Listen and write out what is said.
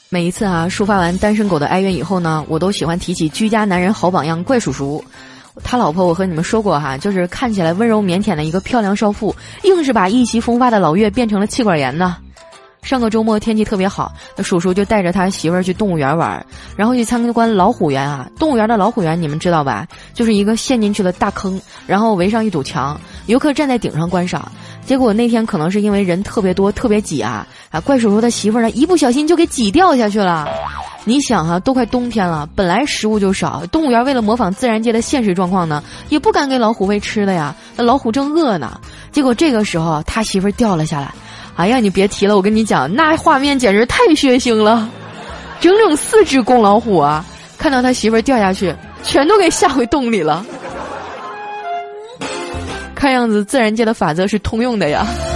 每一次啊，抒发完单身狗的哀怨以后呢，我都喜欢提起居家男人好榜样怪叔叔。他老婆我和你们说过哈，就是看起来温柔腼腆的一个漂亮少妇，硬是把意气风发的老岳变成了气管炎呢。上个周末天气特别好，那叔叔就带着他媳妇儿去动物园玩，然后去参观老虎园啊。动物园的老虎园你们知道吧？就是一个陷进去的大坑，然后围上一堵墙，游客站在顶上观赏。结果那天可能是因为人特别多特别挤啊，怪叔叔的媳妇儿呢一不小心就给挤掉下去了。你想啊，都快冬天了，本来食物就少，动物园为了模仿自然界的现实状况呢，也不敢给老虎喂吃的呀，那老虎正饿呢。结果这个时候他媳妇儿掉了下来，哎呀你别提了，我跟你讲，那画面简直太血腥了，整整4只公老虎啊，看到他媳妇儿掉下去，全都给吓回洞里了。看样子自然界的法则是通用的呀。